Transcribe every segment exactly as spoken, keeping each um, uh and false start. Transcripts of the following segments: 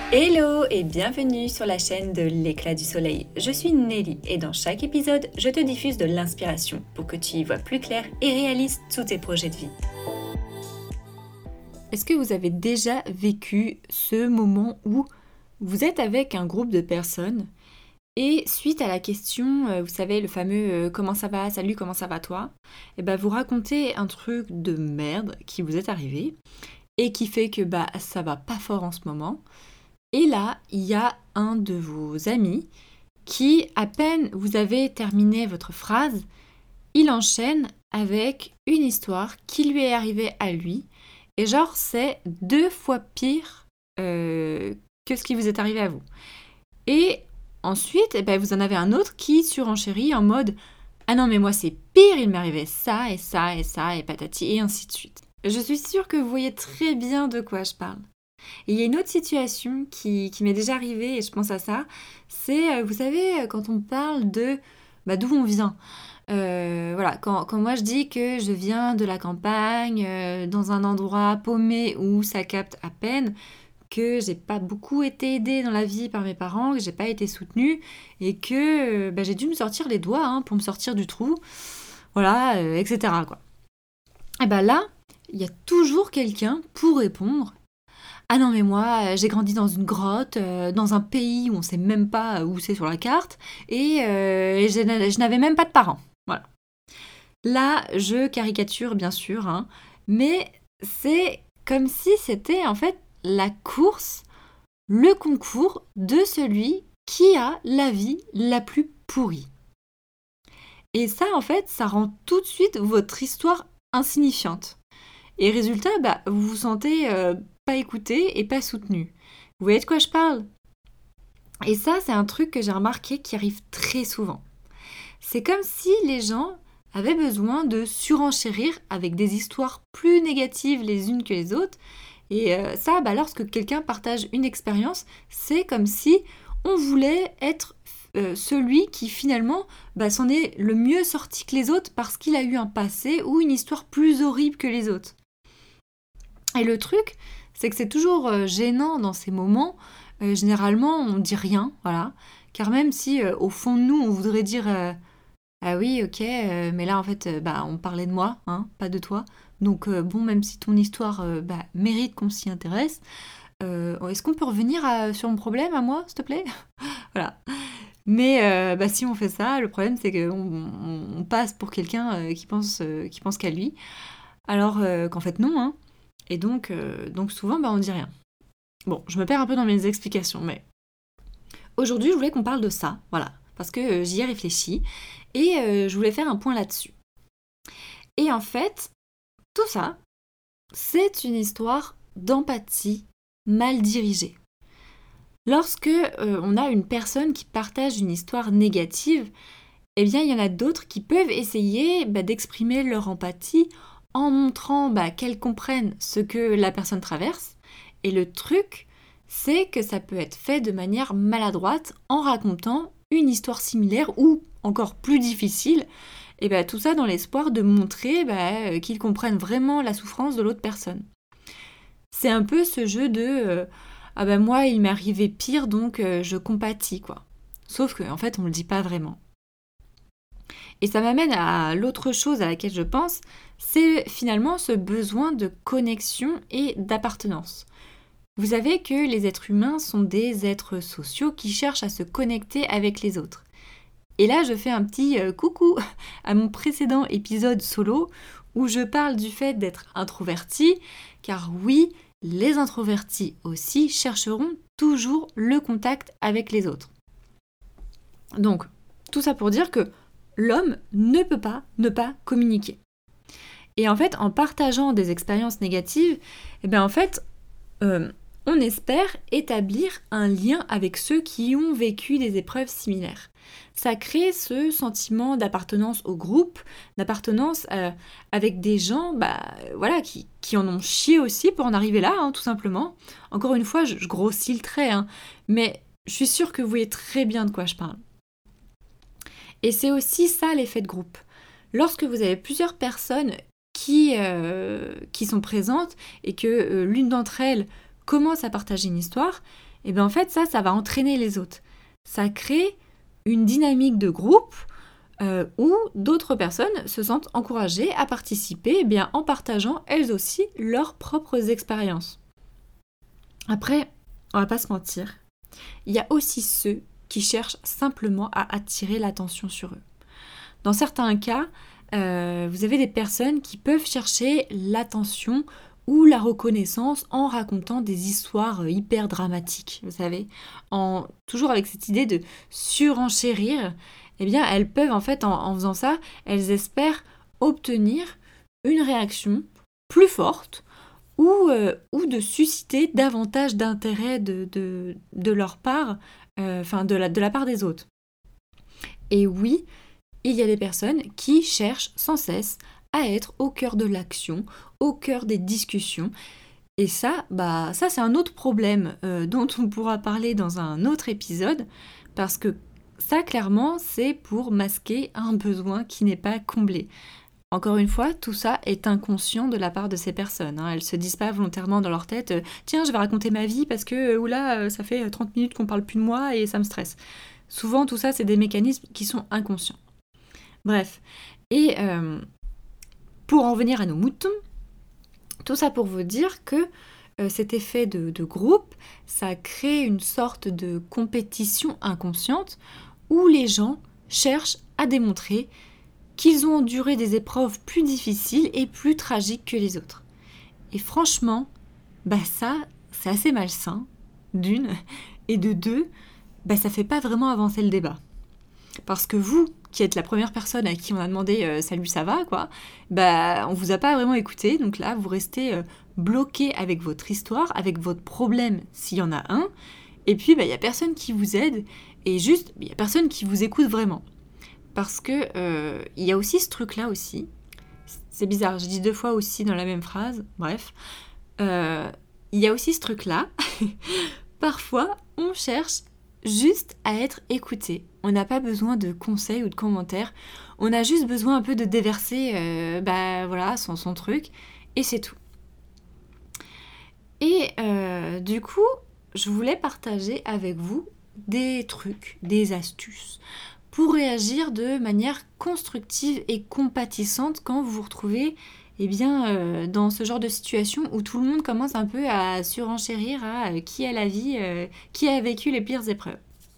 Hello et bienvenue sur la chaîne de l'éclat du soleil. Je suis Nelly et dans chaque épisode, je te diffuse de l'inspiration pour que tu y vois plus clair et réalises tous tes projets de vie. Est-ce que vous avez déjà vécu ce moment où vous êtes avec un groupe de personnes et suite à la question, euh, vous savez, le fameux euh, comment ça va, salut, comment ça va toi, et ben vous racontez un truc de merde qui vous est arrivé et qui fait que bah ça va pas fort en ce moment. Et là, il y a un de vos amis qui, à peine vous avez terminé votre phrase, il enchaîne avec une histoire qui lui est arrivée à lui. Et genre, c'est deux fois pire euh, que ce qui vous est arrivé à vous. Et ensuite, eh ben, vous en avez un autre qui surenchérit en mode « Ah non, mais moi c'est pire, il m'est arrivé ça et ça et ça et patati et ainsi de suite. » Je suis sûre que vous voyez très bien de quoi je parle. Et il y a une autre situation qui, qui m'est déjà arrivée, et je pense à ça, c'est, euh, vous savez, quand on parle de bah, d'où on vient. Euh, voilà, quand, quand moi je dis que je viens de la campagne, euh, dans un endroit paumé où ça capte à peine, que j'ai pas beaucoup été aidée dans la vie par mes parents, que j'ai pas été soutenue, et que euh, bah, j'ai dû me sortir les doigts hein, pour me sortir du trou, voilà, euh, et cetera quoi. Et bah là, il y a toujours quelqu'un pour répondre. Ah non mais moi, euh, j'ai grandi dans une grotte, euh, dans un pays où on sait même pas où c'est sur la carte, et, euh, et je, n'a- je n'avais même pas de parents. Voilà. Là, je caricature bien sûr, hein, mais c'est comme si c'était en fait la course, le concours de celui qui a la vie la plus pourrie. Et ça, en fait, ça rend tout de suite votre histoire insignifiante. Et résultat, bah, vous vous sentez euh, pas écouté et pas soutenu. Vous voyez de quoi je parle? Et ça, c'est un truc que j'ai remarqué qui arrive très souvent. C'est comme si les gens avaient besoin de surenchérir avec des histoires plus négatives les unes que les autres. Et euh, ça, bah, lorsque quelqu'un partage une expérience, c'est comme si on voulait être euh, celui qui finalement bah, s'en est le mieux sorti que les autres parce qu'il a eu un passé ou une histoire plus horrible que les autres. Et le truc, c'est que c'est toujours euh, gênant dans ces moments. Euh, généralement, on dit rien, voilà. Car même si euh, au fond de nous, on voudrait dire euh, ah oui, ok, euh, mais là en fait, euh, bah on parlait de moi, hein, pas de toi. Donc euh, bon, même si ton histoire euh, bah, mérite qu'on s'y intéresse, euh, est-ce qu'on peut revenir à- sur mon problème à moi, s'il te plaît? Voilà. Mais euh, bah, si on fait ça, le problème c'est qu'on on, on passe pour quelqu'un euh, qui pense, euh, qui pense qu'à lui, alors euh, qu'en fait non, hein. Et donc, euh, donc souvent, bah, on dit rien. Bon, je me perds un peu dans mes explications, mais aujourd'hui, je voulais qu'on parle de ça, voilà, parce que euh, j'y ai réfléchi, et euh, je voulais faire un point là-dessus. Et en fait, tout ça, c'est une histoire d'empathie mal dirigée. Lorsque euh, on a une personne qui partage une histoire négative, eh bien, il y en a d'autres qui peuvent essayer bah, d'exprimer leur empathie en montrant bah, qu'elles comprennent ce que la personne traverse. Et le truc, c'est que ça peut être fait de manière maladroite en racontant une histoire similaire ou encore plus difficile. Et bah, tout ça dans l'espoir de montrer bah, qu'ils comprennent vraiment la souffrance de l'autre personne. C'est un peu ce jeu de euh, ah ben moi il m'est arrivé pire donc euh, je compatis quoi. Sauf qu'en en fait on le dit pas vraiment. Et ça m'amène à l'autre chose à laquelle je pense, c'est finalement ce besoin de connexion et d'appartenance. Vous savez que les êtres humains sont des êtres sociaux qui cherchent à se connecter avec les autres. Et là, je fais un petit euh, coucou à mon précédent épisode solo où je parle du fait d'être introverti, car oui, les introvertis aussi chercheront toujours le contact avec les autres. Donc, tout ça pour dire que l'homme ne peut pas ne pas communiquer. Et en fait, en partageant des expériences négatives, eh bien en fait, euh, on espère établir un lien avec ceux qui ont vécu des épreuves similaires. Ça crée ce sentiment d'appartenance au groupe, d'appartenance euh, avec des gens bah, voilà, qui, qui en ont chié aussi pour en arriver là, hein, tout simplement. Encore une fois, je, je grossis le trait, hein, mais je suis sûre que vous voyez très bien de quoi je parle. Et c'est aussi ça l'effet de groupe. Lorsque vous avez plusieurs personnes qui, euh, qui sont présentes et que euh, l'une d'entre elles commence à partager une histoire, Et bien en fait, ça, ça va entraîner les autres. Ça crée une dynamique de groupe euh, où d'autres personnes se sentent encouragées à participer eh bien, en partageant elles aussi leurs propres expériences. Après, on va pas se mentir, il y a aussi ceux qui cherchent simplement à attirer l'attention sur eux. Dans certains cas, euh, vous avez des personnes qui peuvent chercher l'attention ou la reconnaissance en racontant des histoires hyper dramatiques, vous savez, en, toujours avec cette idée de surenchérir. Eh bien, elles peuvent en fait, en, en faisant ça, elles espèrent obtenir une réaction plus forte ou, euh, ou de susciter davantage d'intérêt de, de, de leur part, euh, enfin de la, de la part des autres. Et oui, il y a des personnes qui cherchent sans cesse à être au cœur de l'action, au cœur des discussions. Et ça, bah, ça c'est un autre problème euh, dont on pourra parler dans un autre épisode, parce que ça, clairement, c'est pour masquer un besoin qui n'est pas comblé. Encore une fois, tout ça est inconscient de la part de ces personnes. Hein. Elles ne se disent pas volontairement dans leur tête euh, « Tiens, je vais raconter ma vie parce que euh, oula, euh, ça fait trente minutes qu'on parle plus de moi et ça me stresse. » Souvent, tout ça, c'est des mécanismes qui sont inconscients. Bref. Et euh, pour en venir à nos moutons, tout ça pour vous dire que euh, cet effet de, de groupe, ça crée une sorte de compétition inconsciente où les gens cherchent à démontrer qu'ils ont enduré des épreuves plus difficiles et plus tragiques que les autres. Et franchement, bah ça, c'est assez malsain, d'une, et de deux, bah ça fait pas vraiment avancer le débat. Parce que vous, qui êtes la première personne à qui on a demandé euh, « Salut, ça va ?» quoi, bah on vous a pas vraiment écouté, donc là, vous restez euh, bloqué avec votre histoire, avec votre problème, s'il y en a un, et puis bah il y a personne qui vous aide, et juste, il y a personne qui vous écoute vraiment. Parce que euh, il y a aussi ce truc-là aussi. C'est bizarre, je dis deux fois aussi dans la même phrase. Bref. Euh, il y a aussi ce truc-là. Parfois, on cherche juste à être écouté. On n'a pas besoin de conseils ou de commentaires. On a juste besoin un peu de déverser euh, bah, voilà, son, son truc. Et c'est tout. Et euh, du coup, je voulais partager avec vous des trucs, des astuces pour réagir de manière constructive et compatissante quand vous vous retrouvez eh bien, euh, dans ce genre de situation où tout le monde commence un peu à surenchérir à euh, qui a la vie, euh, qui a vécu les pires épreuves.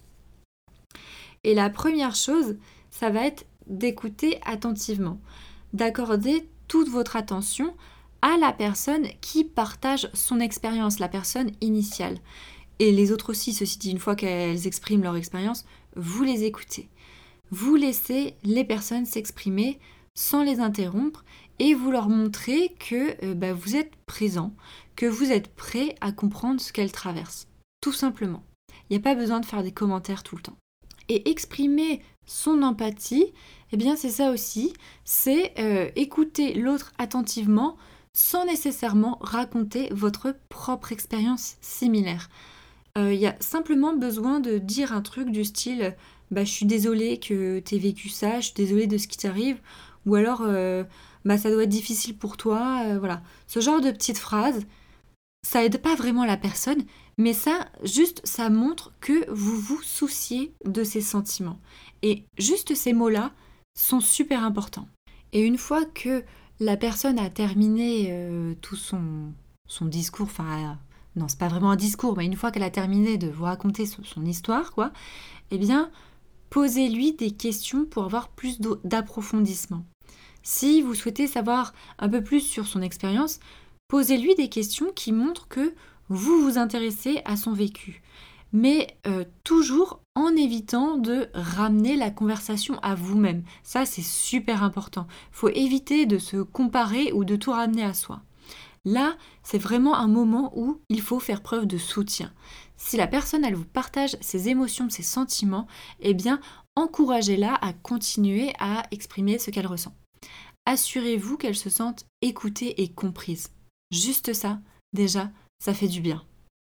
Et la première chose, ça va être d'écouter attentivement, d'accorder toute votre attention à la personne qui partage son expérience, la personne initiale. Et les autres aussi, ceci dit, une fois qu'elles expriment leur expérience, vous les écoutez. Vous laissez les personnes s'exprimer sans les interrompre et vous leur montrez que euh, bah, vous êtes présent, que vous êtes prêt à comprendre ce qu'elles traversent. Tout simplement. Il n'y a pas besoin de faire des commentaires tout le temps. Et exprimer son empathie, eh bien c'est ça aussi, c'est euh, écouter l'autre attentivement sans nécessairement raconter votre propre expérience similaire. Il euh, y a simplement besoin de dire un truc du style bah, « je suis désolée que tu aies vécu ça, je suis désolée de ce qui t'arrive » ou alors euh, bah, « ça doit être difficile pour toi euh, ». Voilà. Ce genre de petites phrases, ça aide pas vraiment la personne, mais ça, juste, ça montre que vous vous souciez de ses sentiments. Et juste ces mots-là sont super importants. Et une fois que la personne a terminé euh, tout son, son discours, enfin... non, c'est pas vraiment un discours, mais une fois qu'elle a terminé de vous raconter son, son histoire, quoi, eh bien, posez-lui des questions pour avoir plus d'approfondissement. Si vous souhaitez savoir un peu plus sur son expérience, posez-lui des questions qui montrent que vous vous intéressez à son vécu. Mais euh, toujours en évitant de ramener la conversation à vous-même. Ça, c'est super important. Il faut éviter de se comparer ou de tout ramener à soi. Là, c'est vraiment un moment où il faut faire preuve de soutien. Si la personne, elle vous partage ses émotions, ses sentiments, eh bien, encouragez-la à continuer à exprimer ce qu'elle ressent. Assurez-vous qu'elle se sente écoutée et comprise. Juste ça, déjà, ça fait du bien.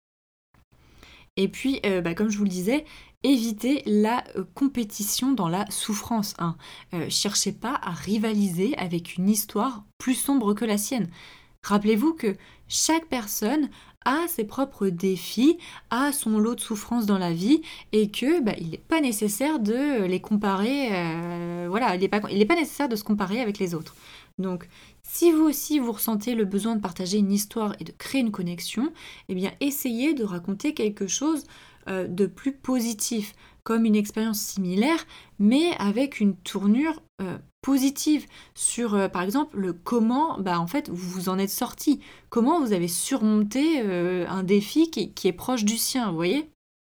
Et puis, euh, bah, comme je vous le disais, évitez la euh, compétition dans la souffrance. Hein. Euh, cherchez pas à rivaliser avec une histoire plus sombre que la sienne. Rappelez-vous que chaque personne a ses propres défis, a son lot de souffrances dans la vie et que bah, il n'est pas nécessaire de les comparer, euh, voilà, il n'est pas, il n'est pas nécessaire de se comparer avec les autres. Donc, si vous aussi vous ressentez le besoin de partager une histoire et de créer une connexion, eh bien essayez de raconter quelque chose euh, de plus positif, comme une expérience similaire, mais avec une tournure euh, positive sur, euh, par exemple, le comment bah, en fait, vous vous en êtes sorti, comment vous avez surmonté euh, un défi qui, qui est proche du sien, vous voyez ?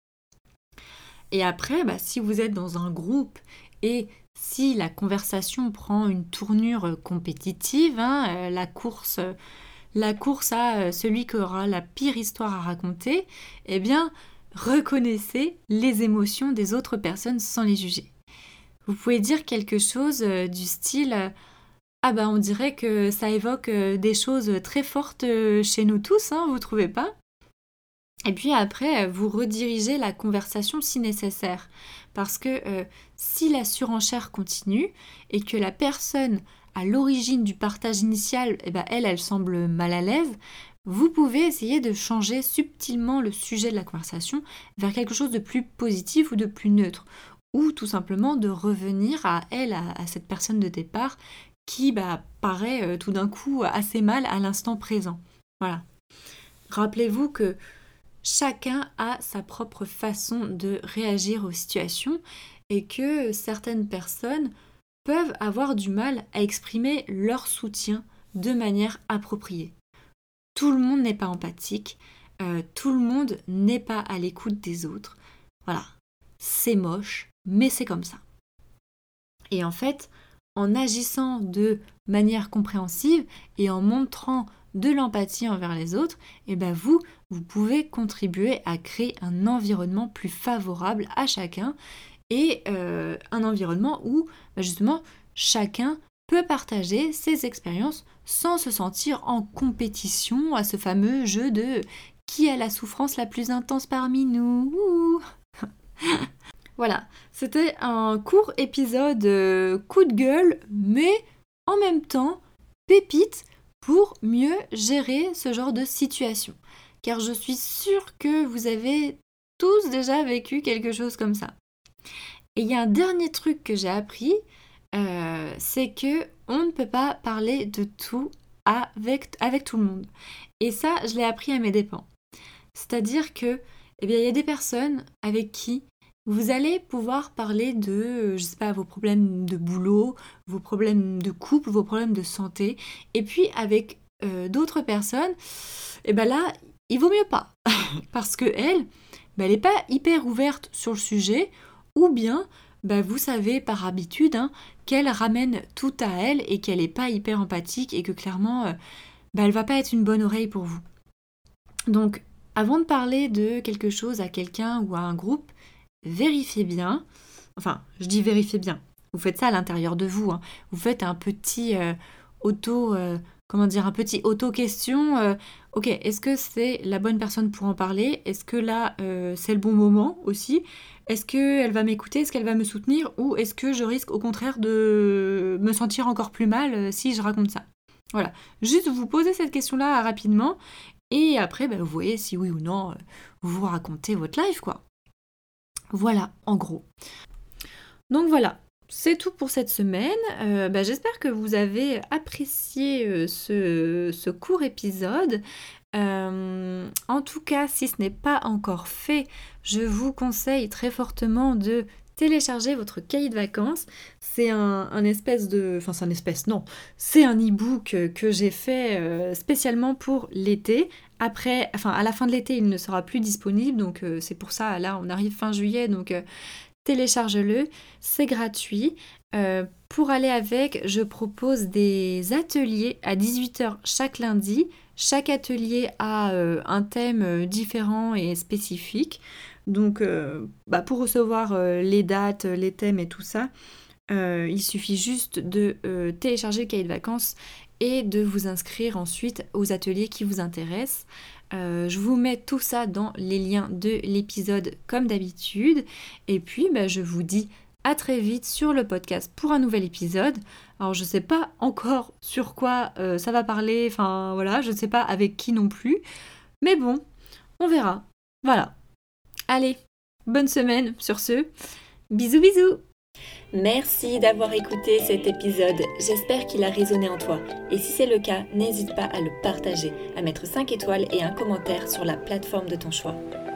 Et après, bah, si vous êtes dans un groupe et si la conversation prend une tournure compétitive, hein, euh, la course, euh, la course à euh, celui qui aura la pire histoire à raconter, eh bien, reconnaissez les émotions des autres personnes sans les juger. Vous pouvez dire quelque chose euh, du style euh, ah bah on dirait que ça évoque euh, des choses très fortes euh, chez nous tous, hein, vous trouvez pas ? Et puis après, euh, vous redirigez la conversation si nécessaire. Parce que euh, si la surenchère continue et que la personne à l'origine du partage initial, eh ben, elle, elle semble mal à l'aise, vous pouvez essayer de changer subtilement le sujet de la conversation vers quelque chose de plus positif ou de plus neutre. Ou tout simplement de revenir à elle, à, à cette personne de départ qui bah, paraît euh, tout d'un coup assez mal à l'instant présent. Voilà. Rappelez-vous que chacun a sa propre façon de réagir aux situations et que certaines personnes peuvent avoir du mal à exprimer leur soutien de manière appropriée. Tout le monde n'est pas empathique, euh, tout le monde n'est pas à l'écoute des autres. Voilà, c'est moche, mais c'est comme ça. Et en fait, en agissant de manière compréhensive et en montrant de l'empathie envers les autres, et ben vous, vous pouvez contribuer à créer un environnement plus favorable à chacun et euh, un environnement où ben justement chacun peut partager ses expériences sans se sentir en compétition à ce fameux jeu de qui a la souffrance la plus intense parmi nous. Voilà, c'était un court épisode euh, coup de gueule, mais en même temps pépite pour mieux gérer ce genre de situation. Car je suis sûre que vous avez tous déjà vécu quelque chose comme ça. Et il y a un dernier truc que j'ai appris, euh, c'est que on ne peut pas parler de tout avec, avec tout le monde. Et ça, je l'ai appris à mes dépens. C'est-à-dire que, eh bien, il y a des personnes avec qui vous allez pouvoir parler de, je sais pas, vos problèmes de boulot, vos problèmes de couple, vos problèmes de santé. Et puis avec euh, d'autres personnes, et ben là, il vaut mieux pas. Parce que elle, ben, elle n'est pas hyper ouverte sur le sujet, ou bien, ben, vous savez par habitude hein, qu'elle ramène tout à elle et qu'elle n'est pas hyper empathique et que clairement, euh, ben, elle va pas être une bonne oreille pour vous. Donc, avant de parler de quelque chose à quelqu'un ou à un groupe, vérifiez bien, enfin, je dis vérifiez bien, vous faites ça à l'intérieur de vous, hein. Vous faites un petit euh, auto, euh, comment dire, un petit auto-question, euh, ok, est-ce que c'est la bonne personne pour en parler? Est-ce que là, euh, c'est le bon moment aussi? Est-ce qu'elle va m'écouter? Est-ce qu'elle va me soutenir? Ou est-ce que je risque au contraire de me sentir encore plus mal euh, si je raconte ça? Voilà, juste vous posez cette question-là rapidement, et après, bah, vous voyez si oui ou non, euh, vous vous racontez votre life, quoi. Voilà, en gros. Donc voilà, c'est tout pour cette semaine. Euh, bah, j'espère que vous avez apprécié euh, ce, ce court épisode. Euh, en tout cas, si ce n'est pas encore fait, je vous conseille très fortement de télécharger votre cahier de vacances. C'est un, un espèce de... Enfin, c'est un espèce, non. C'est un e-book que j'ai fait euh, spécialement pour l'été. Après, enfin, à la fin de l'été, il ne sera plus disponible. Donc, euh, c'est pour ça, là, on arrive fin juillet. Donc, euh, télécharge-le. C'est gratuit. Euh, pour aller avec, je propose des ateliers à dix-huit heures chaque lundi. Chaque atelier a euh, un thème différent et spécifique. Donc, euh, bah, pour recevoir euh, les dates, les thèmes et tout ça, euh, il suffit juste de euh, télécharger le cahier de vacances et de vous inscrire ensuite aux ateliers qui vous intéressent. Euh, je vous mets tout ça dans les liens de l'épisode comme d'habitude. Et puis, bah, je vous dis à très vite sur le podcast pour un nouvel épisode. Alors, je ne sais pas encore sur quoi euh, ça va parler, enfin voilà, je ne sais pas avec qui non plus. Mais bon, on verra. Voilà. Allez, bonne semaine sur ce. Bisous bisous. Merci d'avoir écouté cet épisode, j'espère qu'il a résonné en toi. Et si c'est le cas, n'hésite pas à le partager, à mettre cinq étoiles et un commentaire sur la plateforme de ton choix.